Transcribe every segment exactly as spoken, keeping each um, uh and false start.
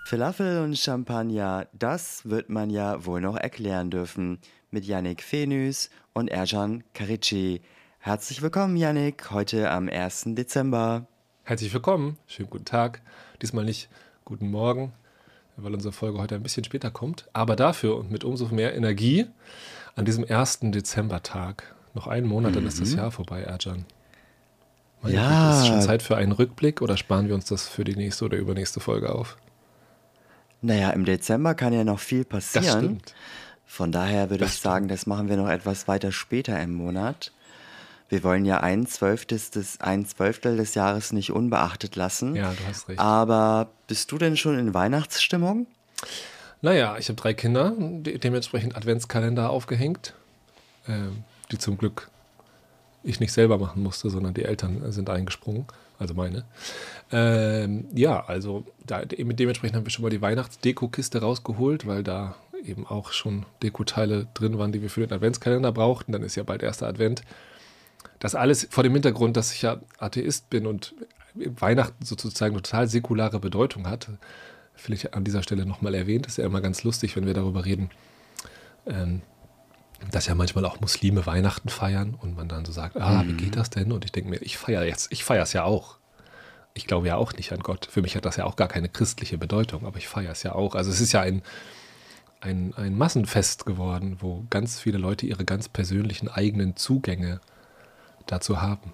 Falafel und Champagner, das wird man ja wohl noch erklären dürfen. Mit Yannick Fenüs und Ercan Karici. Herzlich willkommen, Yannick, heute am ersten Dezember. Herzlich willkommen, schönen guten Tag. Diesmal nicht guten Morgen, weil unsere Folge heute ein bisschen später kommt. Aber dafür und mit umso mehr Energie an diesem ersten Dezembertag. Noch einen Monat, dann ist das Jahr vorbei, Ercan. Meine Güte, ist es schon Ja, Zeit für einen Rückblick oder sparen wir uns das für die nächste oder übernächste Folge auf? naja, im Dezember kann ja noch viel Das passieren. stimmt. Von daher würde Das ich sagen, stimmt. das machen wir noch etwas weiter später im Monat. Wir wollen ja ein Zwölftel des, ein Zwölftel des Jahres nicht unbeachtet lassen. Ja, du hast recht. Aber bist du denn schon in Weihnachtsstimmung? Naja, ich habe drei Kinder, de dementsprechend Adventskalender aufgehängt, ähm, die zum Glück ich nicht selber machen musste, sondern die Eltern sind eingesprungen, also meine. Ähm, ja, also da, de dementsprechend haben wir schon mal die Weihnachtsdeko-Kiste rausgeholt, weil da eben auch schon Dekoteile drin waren, die wir für den Adventskalender brauchten. Dann ist ja bald erster Advent. Das alles vor dem Hintergrund, dass ich ja Atheist bin und Weihnachten sozusagen eine total säkulare Bedeutung hat. Vielleicht an dieser Stelle nochmal erwähnt, ist ja immer ganz lustig, wenn wir darüber reden, ähm, dass ja manchmal auch Muslime Weihnachten feiern und man dann so sagt, ah, wie geht das denn? Und ich denke mir, ich feiere jetzt, ich feiere es ja auch. Ich glaube ja auch nicht an Gott. Für mich hat das ja auch gar keine christliche Bedeutung, aber ich feiere es ja auch. Also es ist ja ein, ein, ein Massenfest geworden, wo ganz viele Leute ihre ganz persönlichen eigenen Zugänge dazu haben.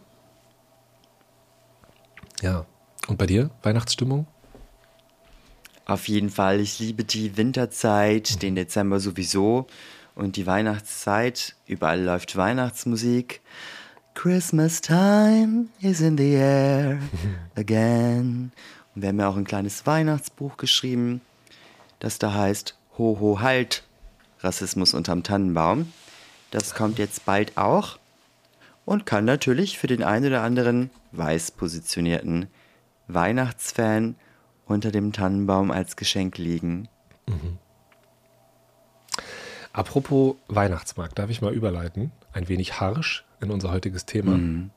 Ja. Und bei dir, Weihnachtsstimmung? Auf jeden Fall, ich liebe die Winterzeit, den Dezember sowieso und die Weihnachtszeit. Überall läuft Weihnachtsmusik. Christmas time is in the air again. Und wir haben ja auch ein kleines Weihnachtsbuch geschrieben, das da heißt Ho, ho, halt, Rassismus unterm Tannenbaum. Das kommt jetzt bald auch und kann natürlich für den einen oder anderen weiß positionierten Weihnachtsfan unter dem Tannenbaum als Geschenk liegen. Apropos Weihnachtsmarkt, darf ich mal überleiten? Ein wenig harsch in unser heutiges Thema. Mhm.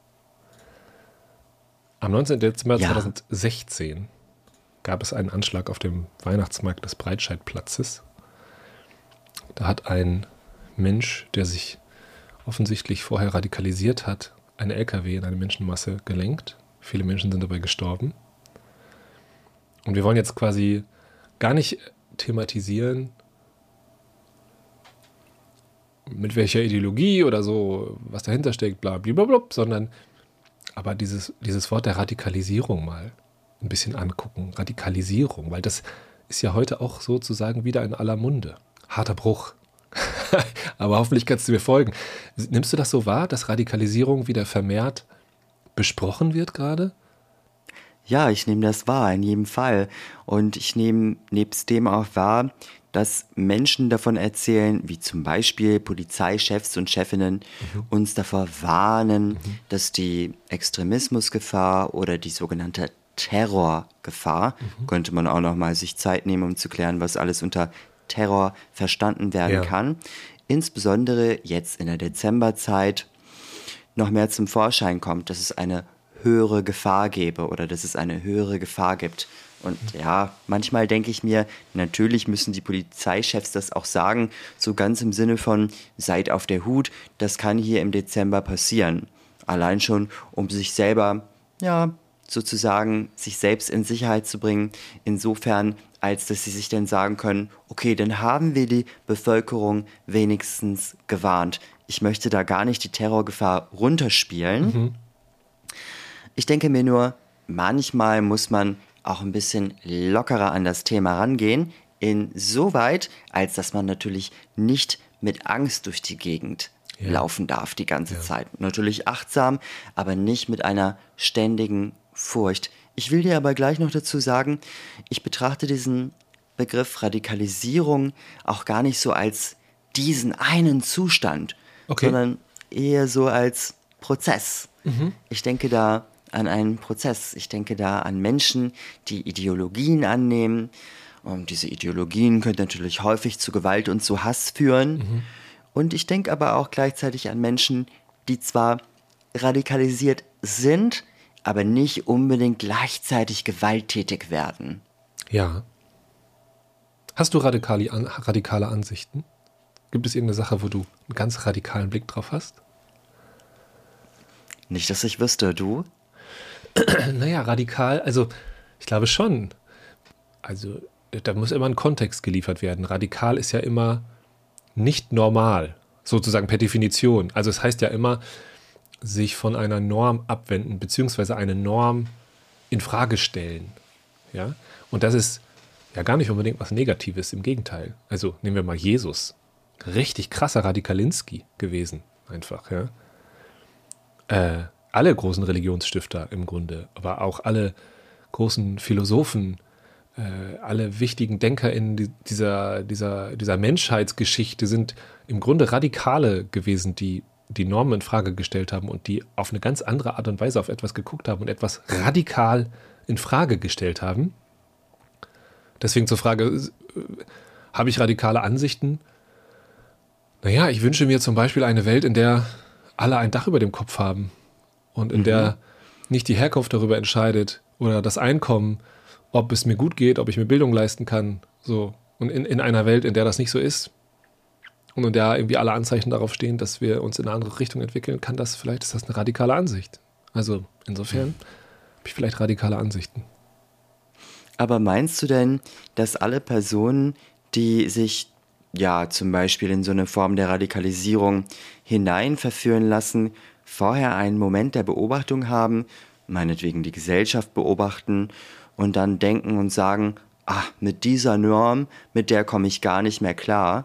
Am neunzehnten Dezember Ja. zweitausendsechzehn gab es einen Anschlag auf dem Weihnachtsmarkt des Breitscheidplatzes. Da hat ein Mensch, der sich offensichtlich vorher radikalisiert hat, einen L K W in eine Menschenmasse gelenkt. Viele Menschen sind dabei gestorben. Und wir wollen jetzt quasi gar nicht thematisieren, mit welcher Ideologie oder so, was dahinter steckt, bla blablabla, sondern aber dieses, dieses Wort der Radikalisierung mal ein bisschen angucken. Radikalisierung, weil das ist ja heute auch sozusagen wieder in aller Munde. Harter Bruch. Aber hoffentlich kannst du mir folgen. Nimmst du das so wahr, dass Radikalisierung wieder vermehrt besprochen wird gerade? Ja, ich nehme das wahr, in jedem Fall. Und ich nehme nebst dem auch wahr, dass Menschen davon erzählen, wie zum Beispiel Polizeichefs und Chefinnen uns davor warnen, dass die Extremismusgefahr oder die sogenannte Terrorgefahr, könnte man auch noch mal sich Zeit nehmen, um zu klären, was alles unter Terror verstanden werden Ja. kann, insbesondere jetzt in der Dezemberzeit noch mehr zum Vorschein kommt, dass es eine höhere Gefahr gäbe oder dass es eine höhere Gefahr gibt. Und ja, manchmal denke ich mir, natürlich müssen die Polizeichefs das auch sagen, so ganz im Sinne von, seid auf der Hut, das kann hier im Dezember passieren. Allein schon, um sich selber, ja, sozusagen, sich selbst in Sicherheit zu bringen, insofern, als dass sie sich dann sagen können, okay, dann haben wir die Bevölkerung wenigstens gewarnt. Ich möchte da gar nicht die Terrorgefahr runterspielen. Ich denke mir nur, manchmal muss man auch ein bisschen lockerer an das Thema rangehen, insoweit, als dass man natürlich nicht mit Angst durch die Gegend Ja. laufen darf die ganze Ja. Zeit. Natürlich achtsam, aber nicht mit einer ständigen Furcht. Ich will dir aber gleich noch dazu sagen, ich betrachte diesen Begriff Radikalisierung auch gar nicht so als diesen einen Zustand, Okay. sondern eher so als Prozess. Ich denke da an einen Prozess. Ich denke da an Menschen, die Ideologien annehmen. Und diese Ideologien können natürlich häufig zu Gewalt und zu Hass führen. Und ich denke aber auch gleichzeitig an Menschen, die zwar radikalisiert sind, aber nicht unbedingt gleichzeitig gewalttätig werden. Ja, Hast du radikale, an, radikale Ansichten? Gibt es irgendeine Sache, wo du einen ganz radikalen Blick drauf hast? Nicht, dass ich wüsste, du? Naja, radikal, also ich glaube schon. Also da muss immer ein Kontext geliefert werden. Radikal ist ja immer nicht normal, sozusagen per Definition. Also es heißt ja immer, sich von einer Norm abwenden, beziehungsweise eine Norm in Frage stellen. Ja? Und das ist ja gar nicht unbedingt was Negatives, im Gegenteil. Also nehmen wir mal Jesus. Richtig krasser Radikalinski gewesen, einfach. Ja? Äh, alle großen Religionsstifter im Grunde, aber auch alle großen Philosophen, äh, alle wichtigen Denker in die, dieser, dieser, dieser Menschheitsgeschichte sind im Grunde Radikale gewesen, die die Normen in Frage gestellt haben und die auf eine ganz andere Art und Weise auf etwas geguckt haben und etwas radikal in Frage gestellt haben. Deswegen zur Frage, äh, habe ich radikale Ansichten? Naja, ich wünsche mir zum Beispiel eine Welt, in der alle ein Dach über dem Kopf haben und in mhm. der nicht die Herkunft darüber entscheidet oder das Einkommen, ob es mir gut geht, ob ich mir Bildung leisten kann. So. Und in, in einer Welt, in der das nicht so ist und in der irgendwie alle Anzeichen darauf stehen, dass wir uns in eine andere Richtung entwickeln, kann das, vielleicht ist das eine radikale Ansicht. Also insofern mhm. habe ich vielleicht radikale Ansichten. Aber meinst du denn, dass alle Personen, die sich ja zum Beispiel in so eine Form der Radikalisierung hinein verführen lassen, vorher einen Moment der Beobachtung haben, meinetwegen die Gesellschaft beobachten und dann denken und sagen, ah, mit dieser Norm, mit der komme ich gar nicht mehr klar?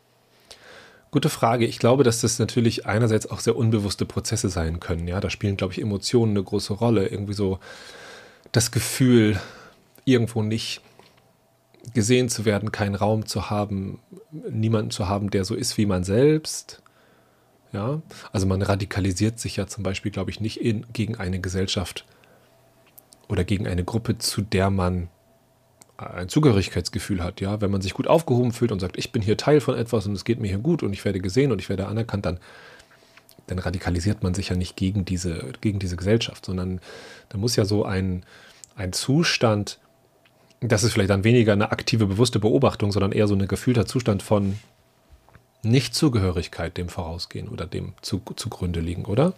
Gute Frage. Ich glaube, dass das natürlich einerseits auch sehr unbewusste Prozesse sein können. Ja, da spielen, glaube ich, Emotionen eine große Rolle. Irgendwie so das Gefühl, irgendwo nicht gesehen zu werden, keinen Raum zu haben, niemanden zu haben, der so ist wie man selbst. Ja, also man radikalisiert sich ja zum Beispiel, glaube ich, nicht in, gegen eine Gesellschaft oder gegen eine Gruppe, zu der man ein Zugehörigkeitsgefühl hat. Ja, wenn man sich gut aufgehoben fühlt und sagt, ich bin hier Teil von etwas und es geht mir hier gut und ich werde gesehen und ich werde anerkannt, dann, dann radikalisiert man sich ja nicht gegen diese, gegen diese Gesellschaft, sondern da muss ja so ein, ein Zustand, das ist vielleicht dann weniger eine aktive, bewusste Beobachtung, sondern eher so ein gefühlter Zustand von Nicht-Zugehörigkeit dem vorausgehen oder dem zu, zugrunde liegen, oder?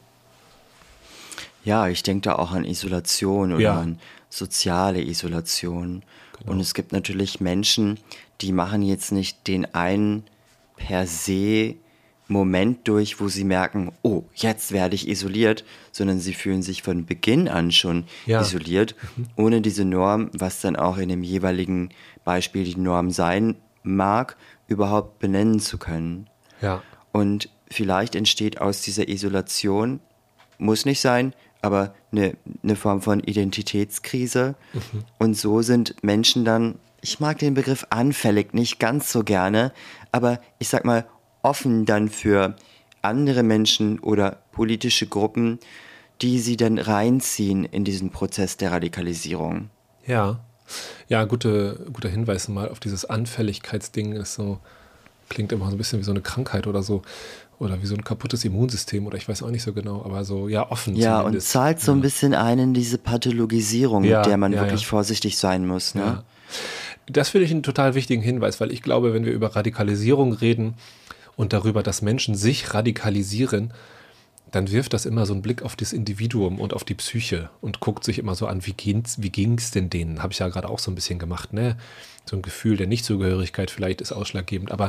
Ja, ich denke da auch an Isolation oder Ja. an soziale Isolation. Genau. Und es gibt natürlich Menschen, die machen jetzt nicht den einen per se Moment durch, wo sie merken, oh, jetzt werde ich isoliert, sondern sie fühlen sich von Beginn an schon Ja. isoliert, ohne diese Norm, was dann auch in dem jeweiligen Beispiel die Norm sein mag, überhaupt benennen zu können. Ja. Und vielleicht entsteht aus dieser Isolation, muss nicht sein, aber eine, eine Form von Identitätskrise. Mhm. Und so sind Menschen dann, ich mag den Begriff anfällig nicht ganz so gerne, aber ich sag mal, offen dann für andere Menschen oder politische Gruppen, die sie dann reinziehen in diesen Prozess der Radikalisierung. Ja. Ja, gute, guter Hinweis mal auf dieses Anfälligkeitsding. Ist so, klingt immer so ein bisschen wie so eine Krankheit oder so. Oder wie so ein kaputtes Immunsystem oder ich weiß auch nicht so genau, aber so, ja, offen Ja, zumindest. und zahlt so ja. ein bisschen ein in diese Pathologisierung, Ja, mit der man ja, wirklich ja. vorsichtig sein muss. Ne? Ja. Das finde ich einen total wichtigen Hinweis, weil ich glaube, wenn wir über Radikalisierung reden und darüber, dass Menschen sich radikalisieren, dann wirft das immer so einen Blick auf das Individuum und auf die Psyche und guckt sich immer so an, wie ging's, wie ging's denn denen? Habe ich ja gerade auch so ein bisschen gemacht, ne? So ein Gefühl der Nichtzugehörigkeit vielleicht ist ausschlaggebend, aber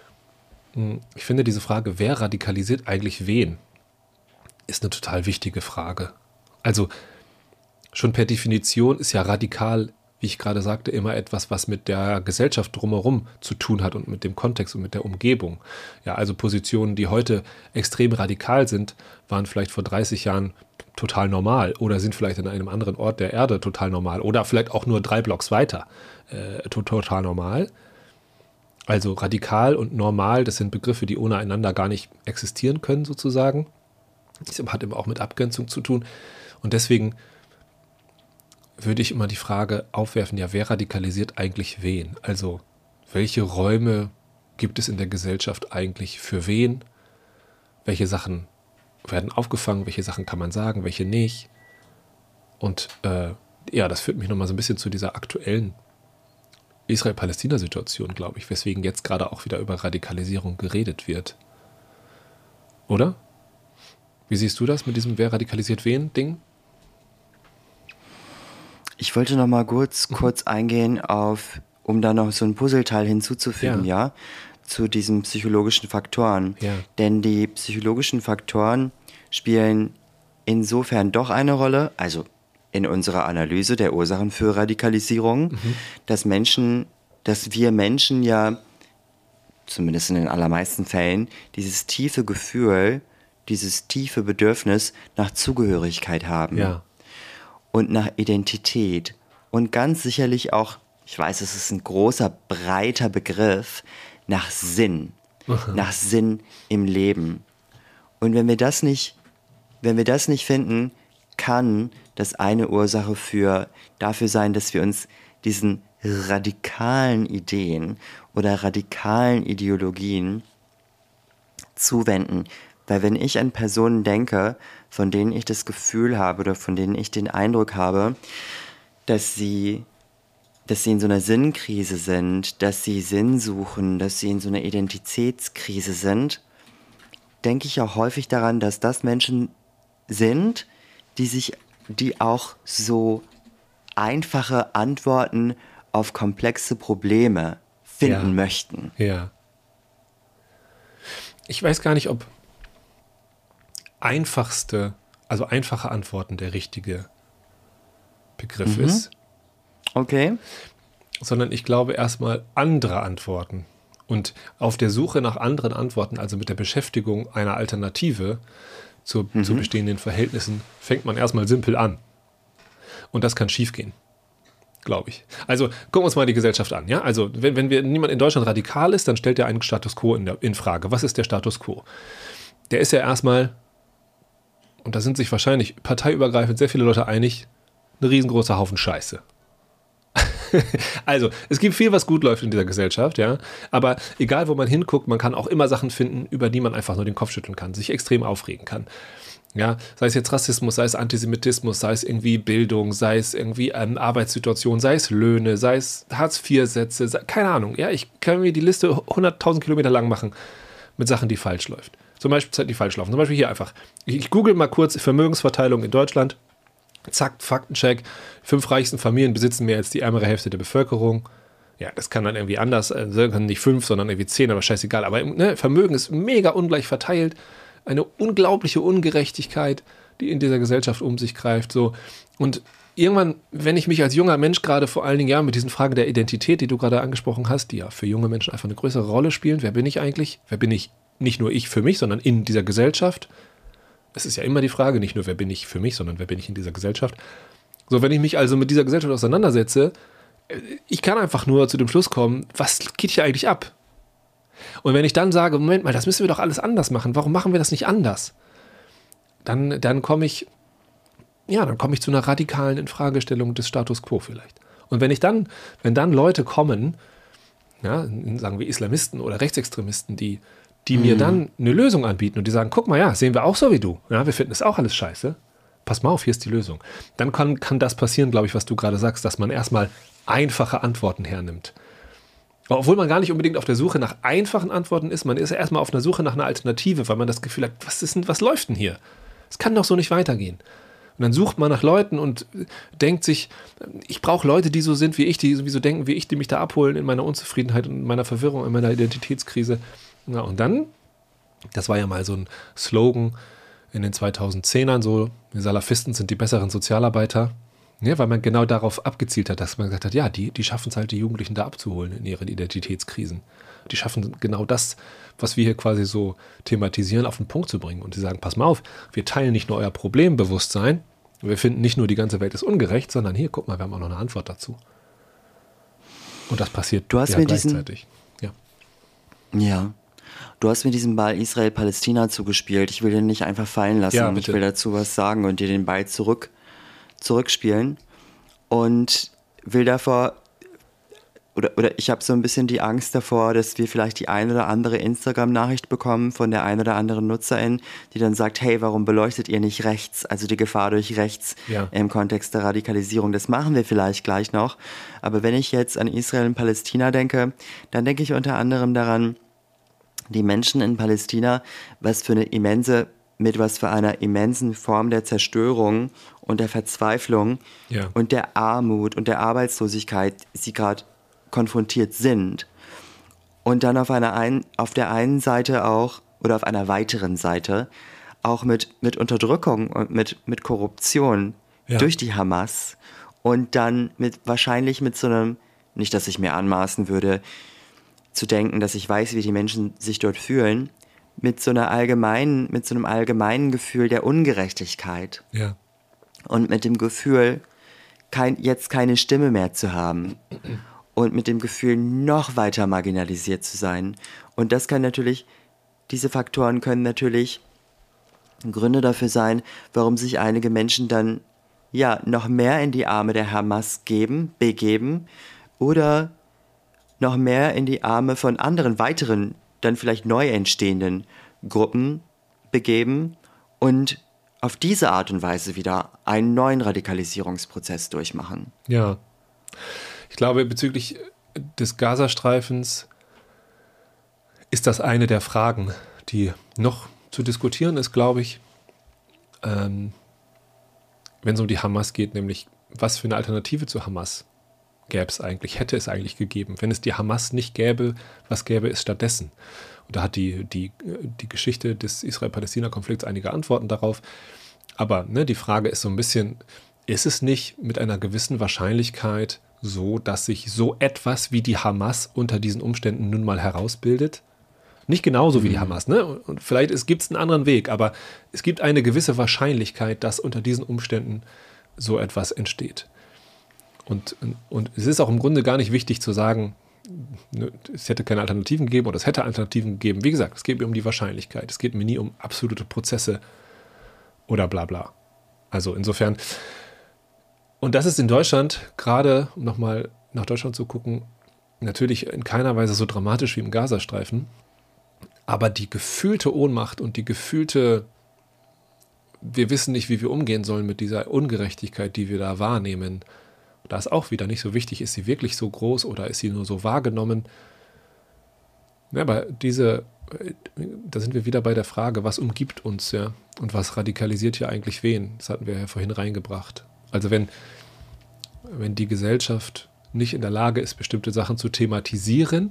mh, ich finde diese Frage, wer radikalisiert eigentlich wen, ist eine total wichtige Frage. Also schon per Definition ist ja radikal, wie ich gerade sagte, immer etwas, was mit der Gesellschaft drumherum zu tun hat und mit dem Kontext und mit der Umgebung. Ja, also Positionen, die heute extrem radikal sind, waren vielleicht vor dreißig Jahren total normal oder sind vielleicht in einem anderen Ort der Erde total normal oder vielleicht auch nur drei Blocks weiter äh, total normal. Also radikal und normal, das sind Begriffe, die ohne einander gar nicht existieren können sozusagen. Das hat immer auch mit Abgrenzung zu tun und deswegen würde ich immer die Frage aufwerfen, ja, wer radikalisiert eigentlich wen? Also, welche Räume gibt es in der Gesellschaft eigentlich für wen? Welche Sachen werden aufgefangen? Welche Sachen kann man sagen? Welche nicht? Und äh, ja, das führt mich nochmal so ein bisschen zu dieser aktuellen Israel-Palästina-Situation, glaube ich, weswegen jetzt gerade auch wieder über Radikalisierung geredet wird. Oder? Wie siehst du das mit diesem wer radikalisiert wen Ding? Ich wollte noch mal kurz, mhm. kurz eingehen auf, um da noch so ein Puzzleteil hinzuzufügen, ja, ja zu diesen psychologischen Faktoren. Ja. Denn die psychologischen Faktoren spielen insofern doch eine Rolle, also in unserer Analyse der Ursachen für Radikalisierung, mhm. dass Menschen, dass wir Menschen ja, zumindest in den allermeisten Fällen, dieses tiefe Gefühl, dieses tiefe Bedürfnis nach Zugehörigkeit haben. Ja. Und nach Identität. Und ganz sicherlich auch, ich weiß, es ist ein großer, breiter Begriff, nach Sinn. Mhm. Nach Sinn im Leben. Und wenn wir das nicht, wenn wir das nicht finden, kann das eine Ursache für, dafür sein, dass wir uns diesen radikalen Ideen oder radikalen Ideologien zuwenden. Weil wenn ich an Personen denke, von denen ich das Gefühl habe oder von denen ich den Eindruck habe, dass sie, dass sie in so einer Sinnkrise sind, dass sie Sinn suchen, dass sie in so einer Identitätskrise sind, denke ich auch häufig daran, dass das Menschen sind, die sich, die auch so einfache Antworten auf komplexe Probleme finden ja. möchten. Ja. Ich weiß gar nicht, ob einfachste, also einfache Antworten der richtige Begriff mhm. ist. Okay. Sondern ich glaube erstmal andere Antworten. Und auf der Suche nach anderen Antworten, also mit der Beschäftigung einer Alternative zu, mhm. zu bestehenden Verhältnissen, fängt man erstmal simpel an. Und das kann schiefgehen, glaube ich. Also gucken wir uns mal die Gesellschaft an. Ja? Also wenn, wenn wir, niemand in Deutschland radikal ist, dann stellt er einen Status quo in, der, in Frage. Was ist der Status quo? Der ist ja erstmal, und da sind sich wahrscheinlich parteiübergreifend sehr viele Leute einig, ein riesengroßer Haufen Scheiße. Also, es gibt viel, was gut läuft in dieser Gesellschaft, ja. Aber egal, wo man hinguckt, man kann auch immer Sachen finden, über die man einfach nur den Kopf schütteln kann, sich extrem aufregen kann. Ja, sei es jetzt Rassismus, sei es Antisemitismus, sei es irgendwie Bildung, sei es irgendwie ähm, Arbeitssituation, sei es Löhne, sei es Hartz vier Sätze, sei, keine Ahnung. Ja, ich kann mir die Liste hunderttausend Kilometer lang machen mit Sachen, die falsch läuft. Zum Beispiel, die falsch laufen. Zum Beispiel hier einfach. Ich, ich google mal kurz Vermögensverteilung in Deutschland. Zack, Faktencheck. Fünf reichsten Familien besitzen mehr als die ärmere Hälfte der Bevölkerung. Ja, das kann dann irgendwie anders, also nicht fünf, sondern irgendwie zehn, aber scheißegal. Aber ne, Vermögen ist mega ungleich verteilt. Eine unglaubliche Ungerechtigkeit, die in dieser Gesellschaft um sich greift. So. Und irgendwann, wenn ich mich als junger Mensch gerade vor allen Dingen ja mit diesen Fragen der Identität, die du gerade angesprochen hast, die ja für junge Menschen einfach eine größere Rolle spielen. Wer bin ich eigentlich? Wer bin ich? Nicht nur ich für mich, sondern in dieser Gesellschaft. Es ist ja immer die Frage, nicht nur wer bin ich für mich, sondern wer bin ich in dieser Gesellschaft. So, wenn ich mich also mit dieser Gesellschaft auseinandersetze, ich kann einfach nur zu dem Schluss kommen, was geht hier eigentlich ab? Und wenn ich dann sage, Moment mal, das müssen wir doch alles anders machen, warum machen wir das nicht anders? Dann, dann komme ich, ja, dann komme ich zu einer radikalen Infragestellung des Status quo vielleicht. Und wenn ich dann, wenn dann Leute kommen, ja, sagen wir Islamisten oder Rechtsextremisten, die die mir dann eine Lösung anbieten und die sagen, guck mal, ja, sehen wir auch so wie du. Ja, wir finden es auch alles scheiße. Pass mal auf, hier ist die Lösung. Dann kann, kann das passieren, glaube ich, was du gerade sagst, dass man erstmal einfache Antworten hernimmt. Obwohl man gar nicht unbedingt auf der Suche nach einfachen Antworten ist, man ist ja erstmal auf der Suche nach einer Alternative, weil man das Gefühl hat, was ist denn, was läuft denn hier? Es kann doch so nicht weitergehen. Und dann sucht man nach Leuten und denkt sich, ich brauche Leute, die so sind wie ich, die sowieso denken wie ich, die mich da abholen in meiner Unzufriedenheit und in meiner Verwirrung, in meiner Identitätskrise. Ja, und dann, das war ja mal so ein Slogan in den zweitausendzehnern, so, die Salafisten sind die besseren Sozialarbeiter, ja, weil man genau darauf abgezielt hat, dass man gesagt hat, ja, die, die schaffen es halt, die Jugendlichen da abzuholen in ihren Identitätskrisen. Die schaffen genau das, was wir hier quasi so thematisieren, auf den Punkt zu bringen. Und sie sagen, pass mal auf, wir teilen nicht nur euer Problembewusstsein, wir finden nicht nur, die ganze Welt ist ungerecht, sondern hier, guck mal, wir haben auch noch eine Antwort dazu. Und das passiert du hast ja mir gleichzeitig. Diesen, ja. Ja. Du hast mir diesen Ball Israel-Palästina zugespielt. Ich will den nicht einfach fallen lassen. Ja, ich will dazu was sagen und dir den Ball zurück, zurückspielen. Und will davor oder, oder ich habe so ein bisschen die Angst davor, dass wir vielleicht die ein oder andere Instagram-Nachricht bekommen von der ein oder anderen Nutzerin, die dann sagt, hey, warum beleuchtet ihr nicht rechts, also die Gefahr durch rechts Ja. im Kontext der Radikalisierung. Das machen wir vielleicht gleich noch. Aber wenn ich jetzt an Israel und Palästina denke, dann denke ich unter anderem daran, die Menschen in Palästina, was für eine immense, mit was für einer immensen Form der Zerstörung und der Verzweiflung Ja. und der Armut und der Arbeitslosigkeit sie gerade konfrontiert sind. Und dann auf einer ein, auf der einen Seite auch, oder auf einer weiteren Seite, auch mit, mit Unterdrückung und mit, mit Korruption Ja. durch die Hamas und dann mit wahrscheinlich mit so einem, nicht, dass ich mir anmaßen würde, zu denken, dass ich weiß, wie die Menschen sich dort fühlen, mit so einer allgemeinen, mit so einem allgemeinen Gefühl der Ungerechtigkeit Ja. und mit dem Gefühl, kein, jetzt keine Stimme mehr zu haben und mit dem Gefühl, noch weiter marginalisiert zu sein. Und das kann natürlich, diese Faktoren können natürlich Gründe dafür sein, warum sich einige Menschen dann ja noch mehr in die Arme der Hamas geben, begeben oder noch mehr in die Arme von anderen, weiteren, dann vielleicht neu entstehenden Gruppen begeben und auf diese Art und Weise wieder einen neuen Radikalisierungsprozess durchmachen. Ja. Ich glaube, bezüglich des Gazastreifens ist das eine der Fragen, die noch zu diskutieren ist, glaube ich, ähm, wenn es um die Hamas geht, nämlich was für eine Alternative zu Hamas gäbe es eigentlich, hätte es eigentlich gegeben. Wenn es die Hamas nicht gäbe, was gäbe es stattdessen? Und da hat die, die, die Geschichte des Israel-Palästina-Konflikts einige Antworten darauf. Aber ne, die Frage ist so ein bisschen, ist es nicht mit einer gewissen Wahrscheinlichkeit so, dass sich so etwas wie die Hamas unter diesen Umständen nun mal herausbildet? Nicht genauso wie die Hamas, ne? Und vielleicht gibt es einen anderen Weg, aber es gibt eine gewisse Wahrscheinlichkeit, dass unter diesen Umständen so etwas entsteht. Und, und es ist auch im Grunde gar nicht wichtig zu sagen, es hätte keine Alternativen gegeben oder es hätte Alternativen gegeben. Wie gesagt, es geht mir um die Wahrscheinlichkeit. Es geht mir nie um absolute Prozesse oder bla bla. Also insofern, und das ist in Deutschland, gerade um nochmal nach Deutschland zu gucken, natürlich in keiner Weise so dramatisch wie im Gazastreifen, aber die gefühlte Ohnmacht und die gefühlte, wir wissen nicht, wie wir umgehen sollen mit dieser Ungerechtigkeit, die wir da wahrnehmen. Da ist auch wieder nicht so wichtig, ist sie wirklich so groß oder ist sie nur so wahrgenommen. Ja, aber diese, da sind wir wieder bei der Frage, was umgibt uns, ja, und was radikalisiert hier eigentlich wen? Das hatten wir ja vorhin reingebracht. Also wenn, wenn die Gesellschaft nicht in der Lage ist, bestimmte Sachen zu thematisieren,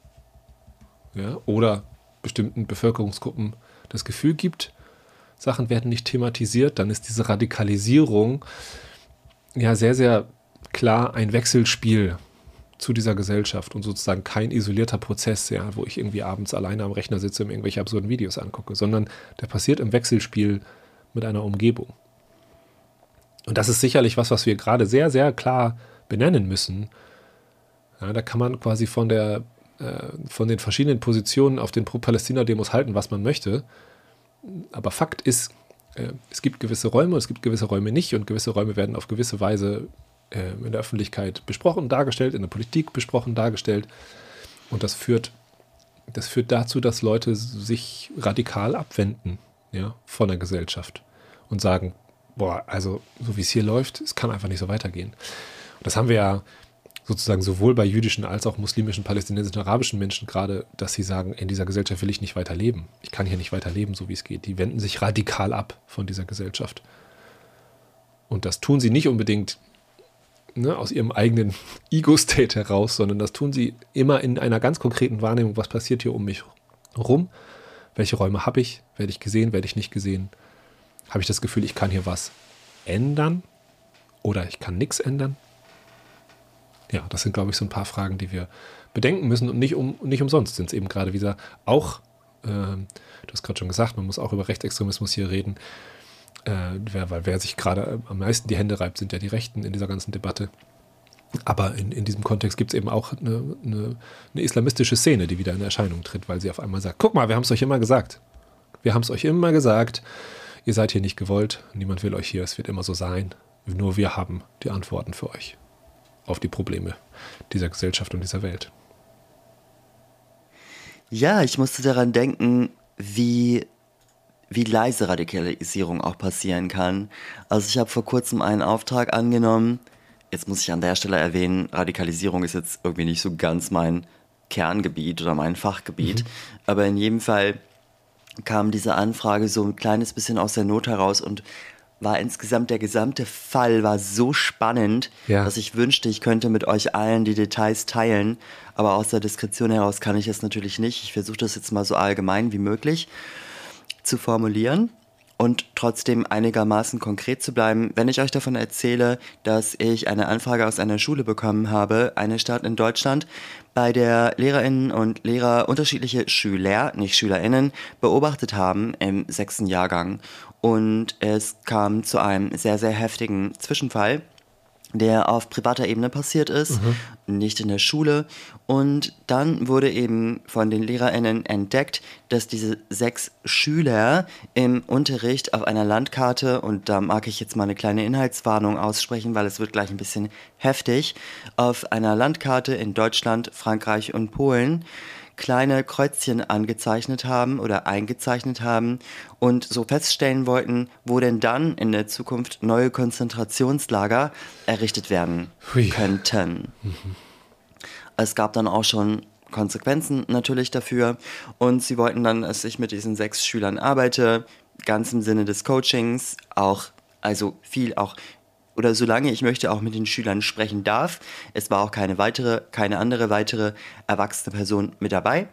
ja, oder bestimmten Bevölkerungsgruppen das Gefühl gibt, Sachen werden nicht thematisiert, dann ist diese Radikalisierung ja sehr, sehr klar ein Wechselspiel zu dieser Gesellschaft und sozusagen kein isolierter Prozess, ja, wo ich irgendwie abends alleine am Rechner sitze und mir irgendwelche absurden Videos angucke, sondern der passiert im Wechselspiel mit einer Umgebung. Und das ist sicherlich was, was wir gerade sehr, sehr klar benennen müssen. Ja, da kann man quasi von der äh, von den verschiedenen Positionen auf den Pro-Palästina-Demos halten, was man möchte. Aber Fakt ist, äh, es gibt gewisse Räume, es gibt gewisse Räume nicht und gewisse Räume werden auf gewisse Weise äh, in der Öffentlichkeit besprochen, dargestellt, in der Politik besprochen, dargestellt. Und das führt, das führt dazu, dass Leute sich radikal abwenden, ja, von der Gesellschaft und sagen, boah, also so wie es hier läuft, es kann einfach nicht so weitergehen. Und das haben wir ja sozusagen sowohl bei jüdischen als auch muslimischen, palästinensischen, arabischen Menschen gerade, dass sie sagen, in dieser Gesellschaft will ich nicht weiter leben. Ich kann hier nicht weiter leben, so wie es geht. Die wenden sich radikal ab von dieser Gesellschaft. Und das tun sie nicht unbedingt ne, aus ihrem eigenen Ego-State heraus, sondern das tun sie immer in einer ganz konkreten Wahrnehmung, was passiert hier um mich rum, welche Räume habe ich, werde ich gesehen, werde ich nicht gesehen, habe ich das Gefühl, ich kann hier was ändern oder ich kann nichts ändern. Ja, das sind, glaube ich, so ein paar Fragen, die wir bedenken müssen und nicht, um, nicht umsonst sind es eben gerade wieder auch, äh, du hast gerade schon gesagt, man muss auch über Rechtsextremismus hier reden, äh, wer, weil wer sich gerade am meisten die Hände reibt, sind ja die Rechten in dieser ganzen Debatte. Aber in, in diesem Kontext gibt es eben auch eine, eine, eine islamistische Szene, die wieder in Erscheinung tritt, weil sie auf einmal sagt, guck mal, wir haben es euch immer gesagt. Wir haben es euch immer gesagt, ihr seid hier nicht gewollt, niemand will euch hier, es wird immer so sein. Nur wir haben die Antworten für euch. auf die Probleme dieser Gesellschaft und dieser Welt. Ja, ich musste daran denken, wie, wie leise Radikalisierung auch passieren kann. Also ich habe vor kurzem einen Auftrag angenommen. Jetzt muss ich an der Stelle erwähnen, Radikalisierung ist jetzt irgendwie nicht so ganz mein Kerngebiet oder mein Fachgebiet. Mhm. Aber in jedem Fall kam diese Anfrage so ein kleines bisschen aus der Not heraus und war insgesamt, der gesamte Fall war so spannend, ja. dass ich wünschte, ich könnte mit euch allen die Details teilen. Aber aus der Diskretion heraus kann ich es natürlich nicht. Ich versuche das jetzt mal so allgemein wie möglich zu formulieren und trotzdem einigermaßen konkret zu bleiben. Wenn ich euch davon erzähle, dass ich eine Anfrage aus einer Schule bekommen habe, eine Stadt in Deutschland, bei der LehrerInnen und Lehrer unterschiedliche Schüler, nicht SchülerInnen, beobachtet haben im sechsten Jahrgang. Und es kam zu einem sehr, sehr heftigen Zwischenfall, der auf privater Ebene passiert ist, mhm. nicht in der Schule. Und dann wurde eben von den LehrerInnen entdeckt, dass diese sechs Schüler im Unterricht auf einer Landkarte, und da mag ich jetzt mal eine kleine Inhaltswarnung aussprechen, weil es wird gleich ein bisschen heftig, auf einer Landkarte in Deutschland, Frankreich und Polen kleine Kreuzchen angezeichnet haben oder eingezeichnet haben und so feststellen wollten, wo denn dann in der Zukunft neue Konzentrationslager errichtet werden Hui. könnten. Mhm. Es gab dann auch schon Konsequenzen natürlich dafür und sie wollten dann, dass ich mit diesen sechs Schülern arbeite, ganz im Sinne des Coachings, auch, also viel auch oder solange ich möchte, auch mit den Schülern sprechen darf. Es war auch keine weitere, keine andere weitere erwachsene Person mit dabei.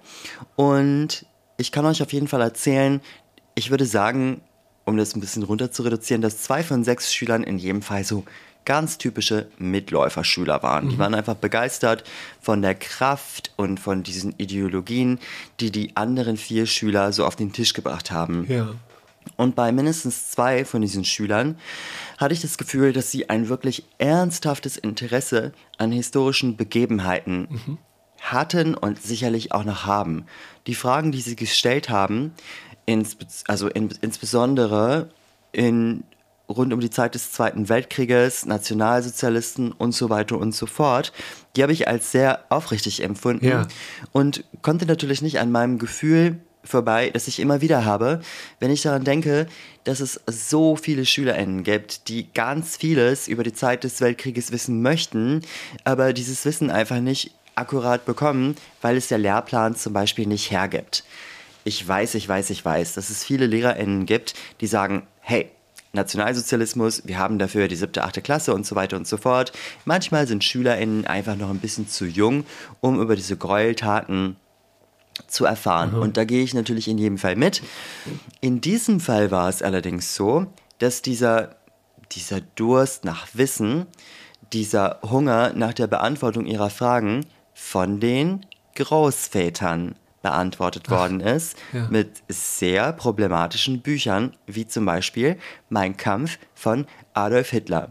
Und ich kann euch auf jeden Fall erzählen, ich würde sagen, um das ein bisschen runter zu reduzieren, dass zwei von sechs Schülern in jedem Fall so ganz typische Mitläuferschüler waren. Mhm. Die waren einfach begeistert von der Kraft und von diesen Ideologien, die die anderen vier Schüler so auf den Tisch gebracht haben. Ja. Und bei mindestens zwei von diesen Schülern hatte ich das Gefühl, dass sie ein wirklich ernsthaftes Interesse an historischen Begebenheiten mhm. hatten und sicherlich auch noch haben. Die Fragen, die sie gestellt haben, ins, also in, insbesondere in, rund um die Zeit des Zweiten Weltkrieges, Nationalsozialisten und so weiter und so fort, die habe ich als sehr aufrichtig empfunden ja. und konnte natürlich nicht an meinem Gefühl vorbei, das ich immer wieder habe, wenn ich daran denke, dass es so viele SchülerInnen gibt, die ganz vieles über die Zeit des Weltkrieges wissen möchten, aber dieses Wissen einfach nicht akkurat bekommen, weil es der Lehrplan zum Beispiel nicht hergibt. Ich weiß, ich weiß, ich weiß, dass es viele LehrerInnen gibt, die sagen, hey, Nationalsozialismus, wir haben dafür die siebte, achte Klasse und so weiter und so fort. Manchmal sind SchülerInnen einfach noch ein bisschen zu jung, um über diese Gräueltaten zu erfahren. Mhm. Und da gehe ich natürlich in jedem Fall mit. In diesem Fall war es allerdings so, dass dieser, dieser Durst nach Wissen, dieser Hunger nach der Beantwortung ihrer Fragen von den Großvätern beantwortet Ach, worden ist, ja. mit sehr problematischen Büchern, wie zum Beispiel Mein Kampf von Adolf Hitler.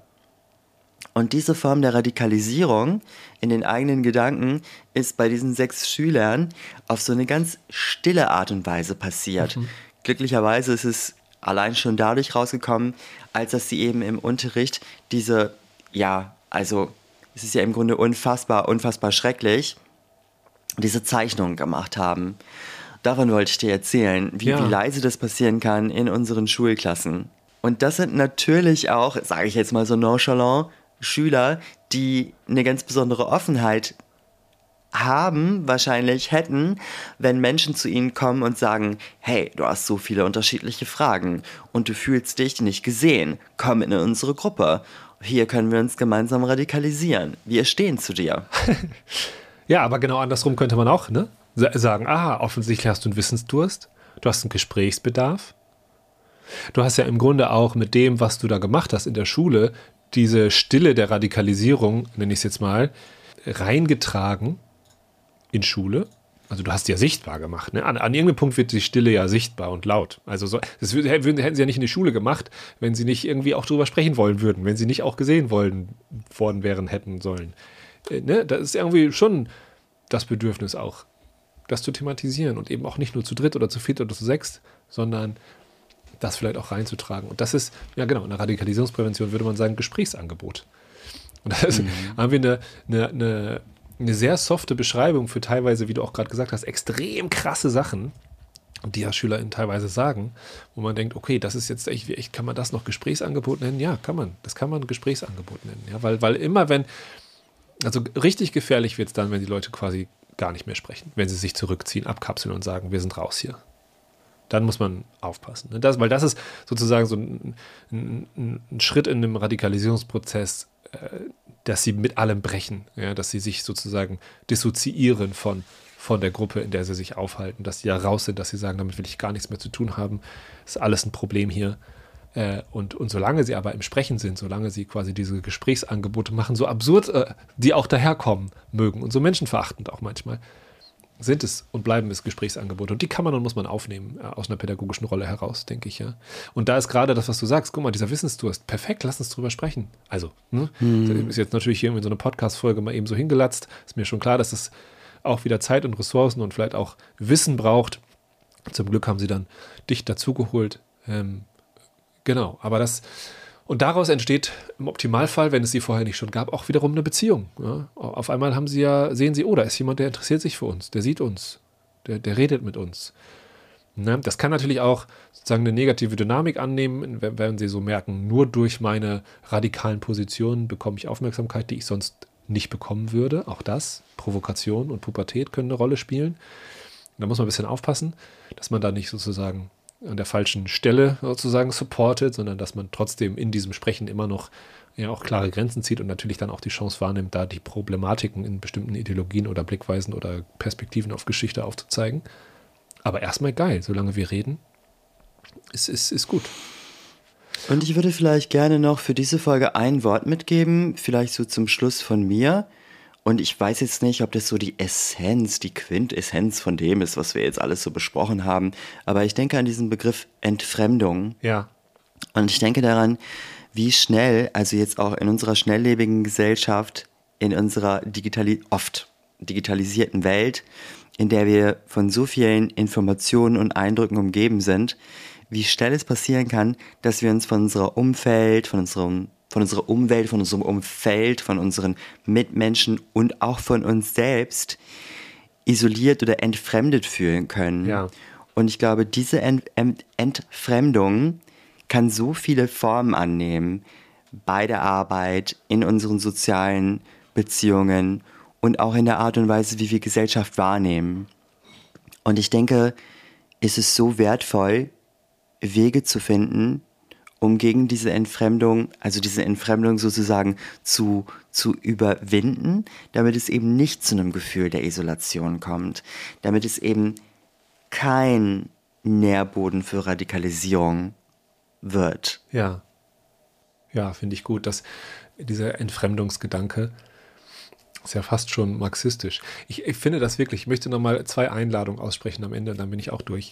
Und diese Form der Radikalisierung in den eigenen Gedanken ist bei diesen sechs Schülern auf so eine ganz stille Art und Weise passiert. Mhm. Glücklicherweise ist es allein schon dadurch rausgekommen, als dass sie eben im Unterricht diese, ja, also es ist ja im Grunde unfassbar, unfassbar schrecklich, diese Zeichnungen gemacht haben. Davon wollte ich dir erzählen, wie, ja. wie leise das passieren kann in unseren Schulklassen. Und das sind natürlich auch, sage ich jetzt mal so nonchalant, Schüler, die eine ganz besondere Offenheit haben, wahrscheinlich hätten, wenn Menschen zu ihnen kommen und sagen, hey, du hast so viele unterschiedliche Fragen und du fühlst dich nicht gesehen, komm in unsere Gruppe. Hier können wir uns gemeinsam radikalisieren. Wir stehen zu dir. Ja, aber genau andersrum könnte man auch, ne? sagen, aha, offensichtlich hast du einen Wissensdurst, du hast einen Gesprächsbedarf. Du hast ja im Grunde auch mit dem, was du da gemacht hast in der Schule, diese Stille der Radikalisierung, nenne ich es jetzt mal, reingetragen in Schule. Also du hast die ja sichtbar gemacht. Ne? An, an irgendeinem Punkt wird die Stille ja sichtbar und laut. Also so, das würden, hätten sie ja nicht in die Schule gemacht, wenn sie nicht irgendwie auch drüber sprechen wollen würden, wenn sie nicht auch gesehen wollen, worden wären, hätten sollen. Äh, ne? Das ist irgendwie schon das Bedürfnis auch, das zu thematisieren und eben auch nicht nur zu dritt oder zu viert oder zu sechst, sondern das vielleicht auch reinzutragen. Und das ist, ja genau, in der Radikalisierungsprävention würde man sagen, Gesprächsangebot. Und da ist, Mhm. haben wir eine, eine, eine, eine sehr softe Beschreibung für teilweise, wie du auch gerade gesagt hast, extrem krasse Sachen, die ja SchülerInnen teilweise sagen, wo man denkt, okay, das ist jetzt echt, echt, kann man das noch Gesprächsangebot nennen? Ja, kann man. Das kann man Gesprächsangebot nennen. Ja, weil, weil immer, wenn, also richtig gefährlich wird es dann, wenn die Leute quasi gar nicht mehr sprechen, wenn sie sich zurückziehen, abkapseln und sagen, wir sind raus hier. Dann muss man aufpassen. Ne? Das, weil das ist sozusagen so ein, ein, ein Schritt in einem Radikalisierungsprozess, äh, dass sie mit allem brechen, ja? Dass sie sich sozusagen dissoziieren von, von der Gruppe, in der sie sich aufhalten, dass sie ja raus sind, dass sie sagen, damit will ich gar nichts mehr zu tun haben, ist alles ein Problem hier. Äh, und, und solange sie aber im Sprechen sind, solange sie quasi diese Gesprächsangebote machen, so absurd äh, die auch daherkommen mögen und so menschenverachtend auch manchmal, sind es und bleiben es Gesprächsangebote. Und die kann man und muss man aufnehmen, äh, aus einer pädagogischen Rolle heraus, denke ich, ja. Und da ist gerade das, was du sagst, guck mal, dieser Wissensdurst, perfekt, lass uns drüber sprechen. Also, ne? Mhm. Ist jetzt natürlich hier in so eine Podcast-Folge mal eben so hingelatzt. Ist mir schon klar, dass es auch wieder Zeit und Ressourcen und vielleicht auch Wissen braucht. Zum Glück haben sie dann dich dazugeholt. Ähm, genau, aber das, und daraus entsteht im Optimalfall, wenn es sie vorher nicht schon gab, auch wiederum eine Beziehung. Ja? Auf einmal haben sie ja, sehen sie, oh, da ist jemand, der interessiert sich für uns, der sieht uns, der, der redet mit uns. Ne? Das kann natürlich auch sozusagen eine negative Dynamik annehmen, wenn, wenn sie so merken, nur durch meine radikalen Positionen bekomme ich Aufmerksamkeit, die ich sonst nicht bekommen würde. Auch das, Provokation und Pubertät können eine Rolle spielen. Da muss man ein bisschen aufpassen, dass man da nicht sozusagen an der falschen Stelle sozusagen supportet, sondern dass man trotzdem in diesem Sprechen immer noch ja auch klare Grenzen zieht und natürlich dann auch die Chance wahrnimmt, da die Problematiken in bestimmten Ideologien oder Blickweisen oder Perspektiven auf Geschichte aufzuzeigen. Aber erstmal geil, solange wir reden, ist, ist, ist gut. Und ich würde vielleicht gerne noch für diese Folge ein Wort mitgeben, vielleicht so zum Schluss von mir. Und ich weiß jetzt nicht, ob das so die Essenz, die Quintessenz von dem ist, was wir jetzt alles so besprochen haben. Aber ich denke an diesen Begriff Entfremdung. Ja. Und ich denke daran, wie schnell, also jetzt auch in unserer schnelllebigen Gesellschaft, in unserer digitali- oft digitalisierten Welt, in der wir von so vielen Informationen und Eindrücken umgeben sind, wie schnell es passieren kann, dass wir uns von unserer Umfeld, von unserem von unserer Umwelt, von unserem Umfeld, von unseren Mitmenschen und auch von uns selbst isoliert oder entfremdet fühlen können. Ja. Und ich glaube, diese Ent- Ent- Entfremdung kann so viele Formen annehmen, bei der Arbeit, in unseren sozialen Beziehungen und auch in der Art und Weise, wie wir Gesellschaft wahrnehmen. Und ich denke, es ist so wertvoll, Wege zu finden, um gegen diese Entfremdung, also diese Entfremdung sozusagen zu, zu überwinden, damit es eben nicht zu einem Gefühl der Isolation kommt, damit es eben kein Nährboden für Radikalisierung wird. Ja, ja, finde ich gut, dass dieser Entfremdungsgedanke ist ja fast schon marxistisch. Ich, ich finde das wirklich, ich möchte nochmal zwei Einladungen aussprechen am Ende, dann bin ich auch durch.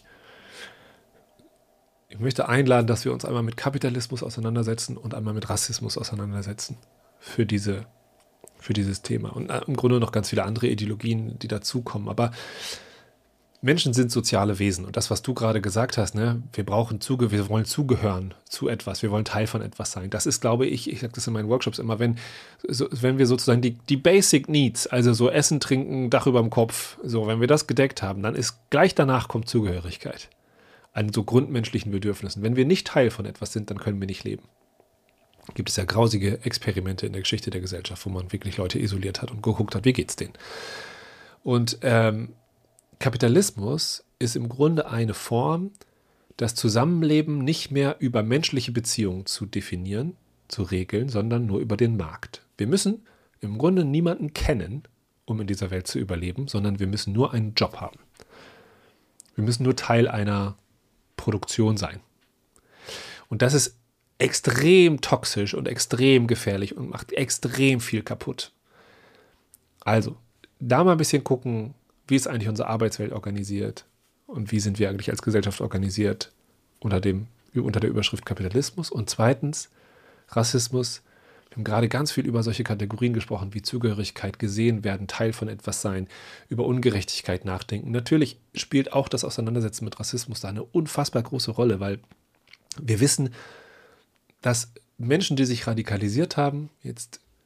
Ich möchte einladen, dass wir uns einmal mit Kapitalismus auseinandersetzen und einmal mit Rassismus auseinandersetzen für diese, für dieses Thema. Und im Grunde noch ganz viele andere Ideologien, die dazukommen. Aber Menschen sind soziale Wesen. Und das, was du gerade gesagt hast, ne, wir brauchen Zuge, wir wollen zugehören zu etwas, wir wollen Teil von etwas sein. Das ist, glaube ich, ich sage das in meinen Workshops immer, wenn, so, wenn wir sozusagen die, die Basic Needs, also so Essen, Trinken, Dach über dem Kopf, so, wenn wir das gedeckt haben, dann ist gleich danach kommt Zugehörigkeit. An so grundmenschlichen Bedürfnissen. Wenn wir nicht Teil von etwas sind, dann können wir nicht leben. Gibt es ja grausige Experimente in der Geschichte der Gesellschaft, wo man wirklich Leute isoliert hat und geguckt hat, wie geht's denen. Und ähm, Kapitalismus ist im Grunde eine Form, das Zusammenleben nicht mehr über menschliche Beziehungen zu definieren, zu regeln, sondern nur über den Markt. Wir müssen im Grunde niemanden kennen, um in dieser Welt zu überleben, sondern wir müssen nur einen Job haben. Wir müssen nur Teil einer Produktion sein. Und das ist extrem toxisch und extrem gefährlich und macht extrem viel kaputt. Also, da mal ein bisschen gucken, wie ist eigentlich unsere Arbeitswelt organisiert und wie sind wir eigentlich als Gesellschaft organisiert unter dem, unter der Überschrift Kapitalismus. Und zweitens, Rassismus. Wir haben gerade ganz viel über solche Kategorien gesprochen, wie Zugehörigkeit, gesehen werden, Teil von etwas sein, über Ungerechtigkeit nachdenken. Natürlich spielt auch das Auseinandersetzen mit Rassismus da eine unfassbar große Rolle, weil wir wissen, dass Menschen, die sich radikalisiert haben, jetzt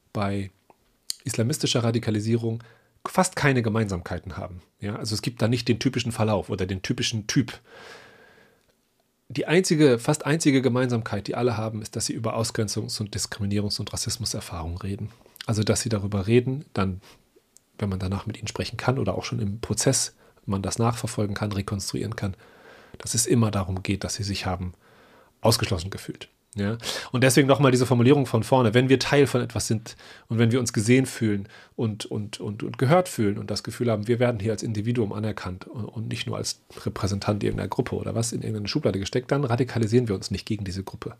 bei islamistischer Radikalisierung fast keine Gemeinsamkeiten haben. Ja, also es gibt da nicht den typischen Verlauf oder den typischen Typ. Die einzige, fast einzige Gemeinsamkeit, die alle haben, ist, dass sie über Ausgrenzungs- und Diskriminierungs- und Rassismuserfahrungen reden. Also dass sie darüber reden, dann, wenn man danach mit ihnen sprechen kann oder auch schon im Prozess man das nachverfolgen kann, rekonstruieren kann, dass es immer darum geht, dass sie sich haben ausgeschlossen gefühlt. Ja? Und deswegen nochmal diese Formulierung von vorne, wenn wir Teil von etwas sind und wenn wir uns gesehen fühlen und, und, und, und gehört fühlen und das Gefühl haben, wir werden hier als Individuum anerkannt und, und nicht nur als Repräsentant irgendeiner Gruppe oder was in irgendeine Schublade gesteckt, dann radikalisieren wir uns nicht gegen diese Gruppe.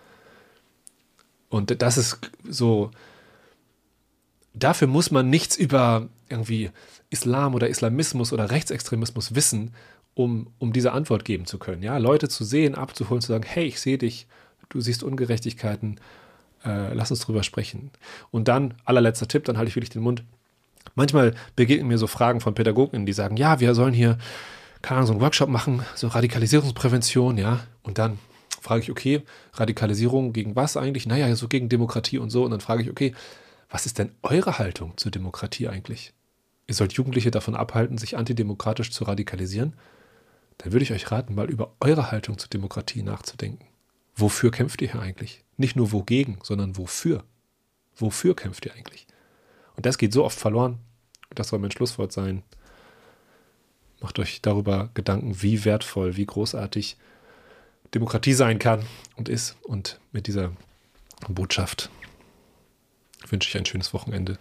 Und das ist so, dafür muss man nichts über irgendwie Islam oder Islamismus oder Rechtsextremismus wissen, um, um diese Antwort geben zu können. Ja? Leute zu sehen, abzuholen, zu sagen, hey, ich sehe dich, du siehst Ungerechtigkeiten, äh, lass uns drüber sprechen. Und dann, allerletzter Tipp, dann halte ich wirklich den Mund. Manchmal begegnen mir so Fragen von Pädagogen, die sagen, ja, wir sollen hier, keine Ahnung, so einen Workshop machen, so Radikalisierungsprävention, ja. Und dann frage ich, okay, Radikalisierung gegen was eigentlich? Naja, so gegen Demokratie und so. Und dann frage ich, okay, was ist denn eure Haltung zur Demokratie eigentlich? Ihr sollt Jugendliche davon abhalten, sich antidemokratisch zu radikalisieren? Dann würde ich euch raten, mal über eure Haltung zur Demokratie nachzudenken. Wofür kämpft ihr hier eigentlich? Nicht nur wogegen, sondern wofür? Wofür kämpft ihr eigentlich? Und das geht so oft verloren. Das soll mein Schlusswort sein. Macht euch darüber Gedanken, wie wertvoll, wie großartig Demokratie sein kann und ist. Und mit dieser Botschaft wünsche ich ein schönes Wochenende.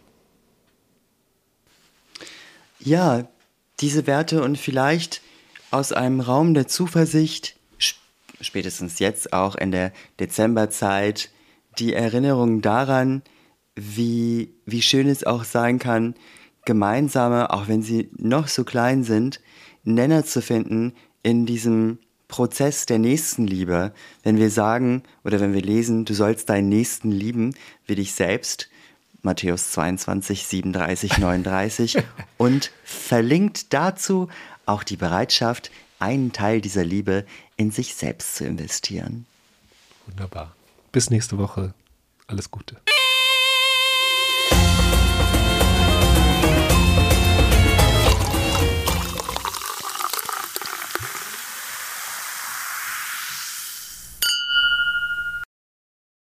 Ja, diese Werte und vielleicht aus einem Raum der Zuversicht, spätestens jetzt auch in der Dezemberzeit, die Erinnerung daran, wie, wie schön es auch sein kann, gemeinsame, auch wenn sie noch so klein sind, Nenner zu finden in diesem Prozess der Nächstenliebe. Wenn wir sagen oder wenn wir lesen, du sollst deinen Nächsten lieben wie dich selbst, Matthäus zweiundzwanzig, siebenunddreißig, neununddreißig und verlinkt dazu auch die Bereitschaft, einen Teil dieser Liebe in sich selbst zu investieren. Wunderbar. Bis nächste Woche. Alles Gute.